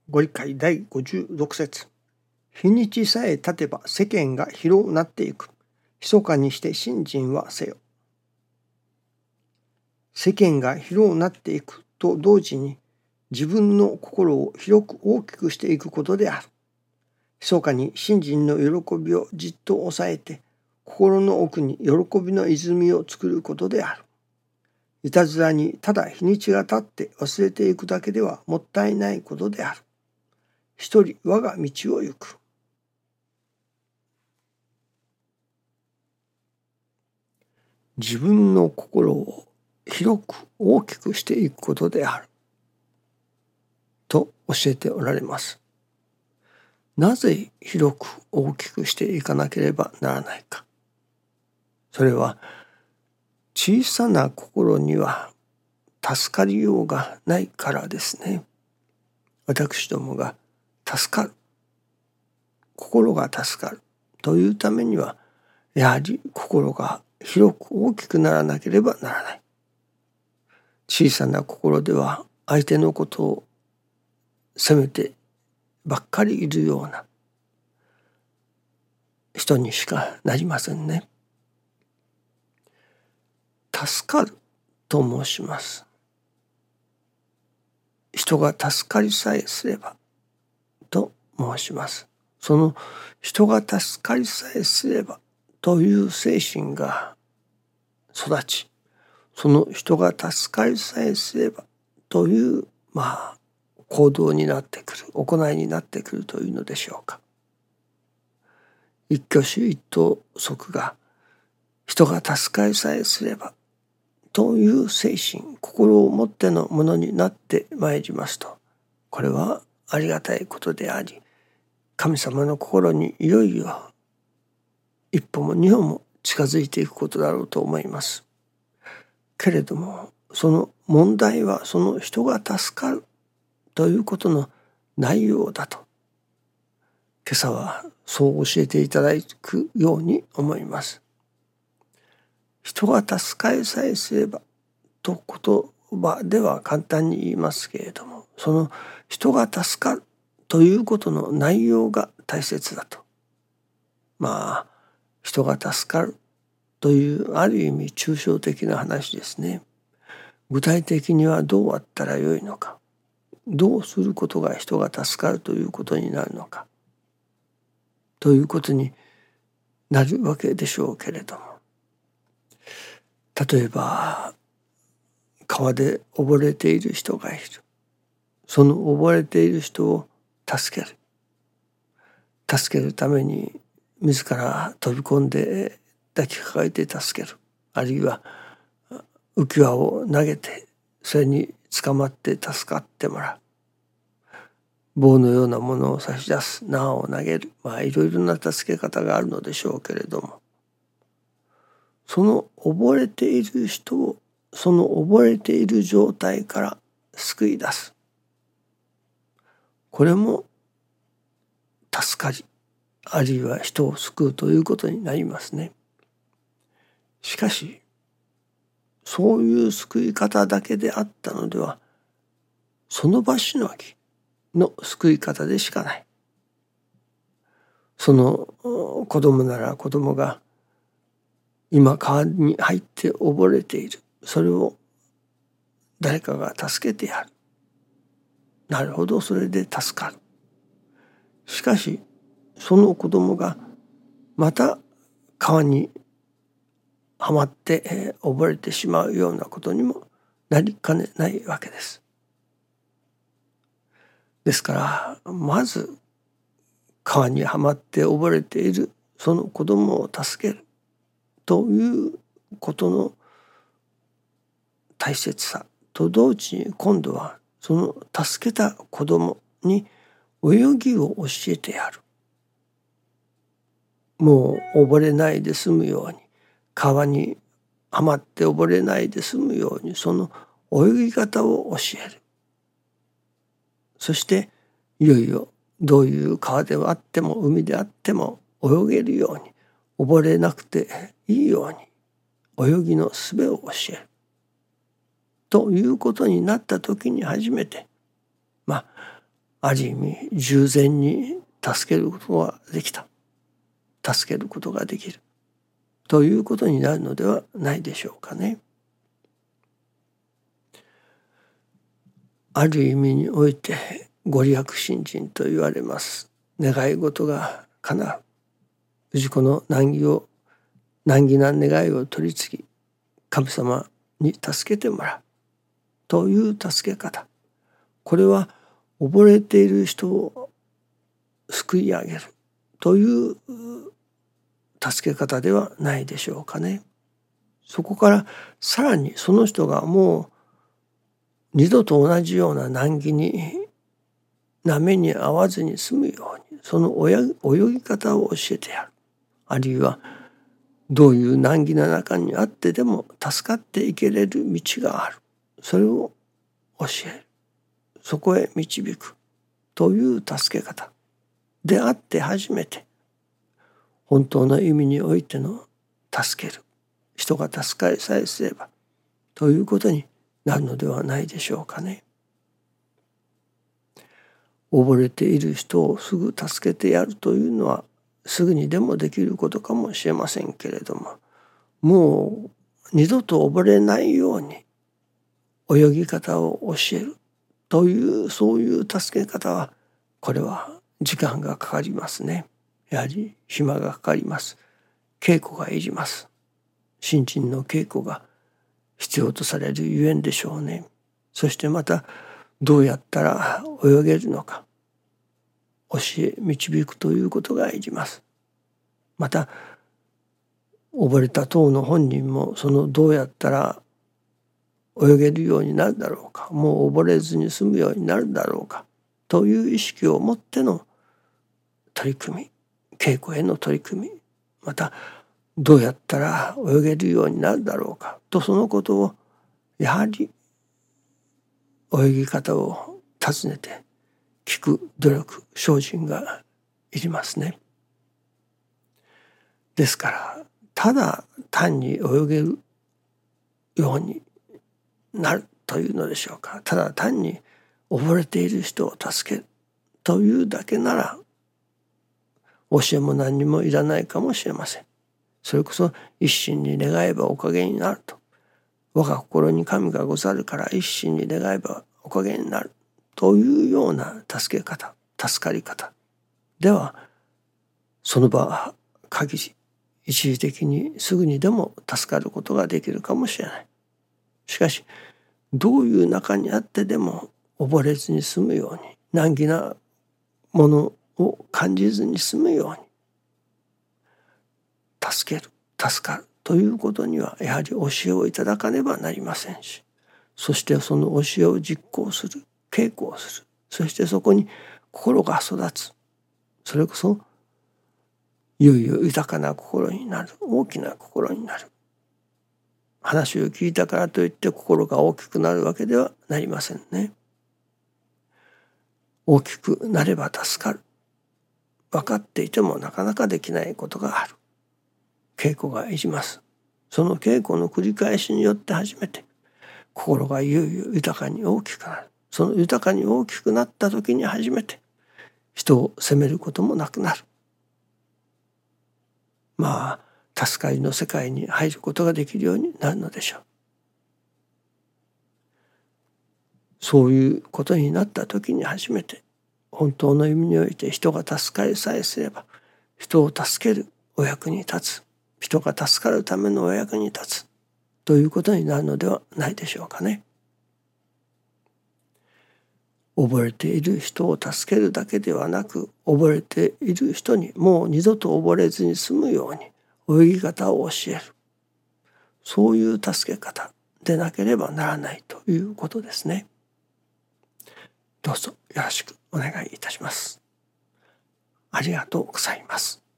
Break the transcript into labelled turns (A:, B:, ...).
A: ご理解第56節。日にちさえ経てば世間が広くなっていく。密かにして信心はせよ。世間が広くなっていくと同時に自分の心を広く大きくしていくことである。密かに信心の喜びをじっと抑えて心の奥に喜びの泉を作ることである。いたずらにただ日にちが経って忘れていくだけではもったいないことである。一人我が道を行く。自分の心を広く大きくしていくことであると教えておられます。なぜ広く大きくしていかなければならないか。それは小さな心には助かりようがないからですね。私どもが助かる、心が助かるというためにはやはり心が広く大きくならなければならない。小さな心では相手のことを責めてばっかりいるような人にしかなりませんね。助かると申します。人が助かりさえすればと申します。その人が助かりさえすればという精神が育ち、その人が助かりさえすればという行動になってくる、行いになってくるというのでしょうか。一挙手一投足が人が助かりさえすればという精神、心を持ってのものになってまいりますと、これはありがたいことであり、神様の心にいよいよ一歩も二歩も近づいていくことだろうと思います。けれどもその問題はその人が助かるということの内容だと、今朝はそう教えていただくように思います。人が助かりさえすればと言葉では簡単に言いますけれども、その人が助かるということの内容が大切だと。人が助かるというある意味抽象的な話ですね。具体的にはどうあったらよいのか、どうすることが人が助かるということになるのかということになるわけでしょうけれども、例えば川で溺れている人がいる。その溺れている人を助けるために自ら飛び込んで抱きかかえて助ける、あるいは浮き輪を投げてそれに捕まって助かってもらう、棒のようなものを差し出す、縄を投げる、いろいろな助け方があるのでしょうけれども、その溺れている人をその溺れている状態から救い出す、これも助かり、あるいは人を救うということになりますね。しかしそういう救い方だけであったのでは、その場しのぎの救い方でしかない。その子供なら子供が今川に入って溺れている、それを誰かが助けてやる。なるほど、それで助かる。しかしその子供がまた川にはまって溺れてしまうようなことにもなりかねないわけです。ですからまず川にはまって溺れているその子供を助けるということの大切さと同時に、今度はその助けた子供に泳ぎを教えてやる。もう溺れないで済むように、川にはまって溺れないで済むように、その泳ぎ方を教える。そしていよいよどういう川であっても海であっても泳げるように、溺れなくていいように泳ぎの術を教えるということになった時に初めて、 ある意味従前に助けることができた、助けることができるということになるのではないでしょうかね。ある意味においてご利益信心と言われます。願い事が叶う、氏子の難儀な願いを取り次ぎ神様に助けてもらうという助け方、これは溺れている人を救い上げるという助け方ではないでしょうかね。そこからさらにその人がもう二度と同じような難儀に波に遭わずに済むようにその泳ぎ方を教えてやる。あるいはどういう難儀な中にあってでも助かっていけれる道がある。それを教える。そこへ導くという助け方であって初めて本当の意味においての助ける、人が助かりさえすればということになるのではないでしょうかね。溺れている人をすぐ助けてやるというのはすぐにでもできることかもしれませんけれども、もう二度と溺れないように泳ぎ方を教えるというそういう助け方は、これは時間がかかりますね。やはり暇がかかります。稽古がいります。心身の稽古が必要とされるゆえんでしょうね。そしてまたどうやったら泳げるのか教え導くということがいります。また溺れた当の本人もそのどうやったら泳げるようになるだろうか、もう溺れずに済むようになるだろうかという意識を持っての取り組み、稽古への取り組み、またどうやったら泳げるようになるだろうかとそのことをやはり泳ぎ方を尋ねて聞く努力、精進がいりますね。ですからただ単に泳げるようになるというのでしょうか、ただ単に溺れている人を助けるというだけなら教えも何にもいらないかもしれません。それこそ一心に願えばおかげになると、我が心に神がござるから一心に願えばおかげになるというような助け方、助かり方ではその場限り一時的にすぐにでも助かることができるかもしれない。しかしどういう中にあってでも溺れずに済むように、難儀なものを感じずに済むように助ける、助かるということにはやはり教えをいただかねばなりませんし、そしてその教えを実行する、稽古をする、そしてそこに心が育つ、それこそいよいよ豊かな心になる、大きな心になる。話を聞いたからといって心が大きくなるわけではなりませんね。大きくなれば助かる。分かっていてもなかなかできないことがある。稽古がいります。その稽古の繰り返しによって初めて心がいよいよ豊かに大きくなる。その豊かに大きくなった時に初めて人を責めることもなくなる。まあ助かりの世界に入ることができるようになるのでしょう。そういうことになった時に初めて本当の意味において人が助かりさえすれば人を助けるお役に立つ、人が助かるためのお役に立つということになるのではないでしょうかね。溺れている人を助けるだけではなく、溺れている人にもう二度と溺れずに済むように泳ぎ方を教える、そういう助け方でなければならないということですね。どうぞよろしくお願いいたします。ありがとうございます。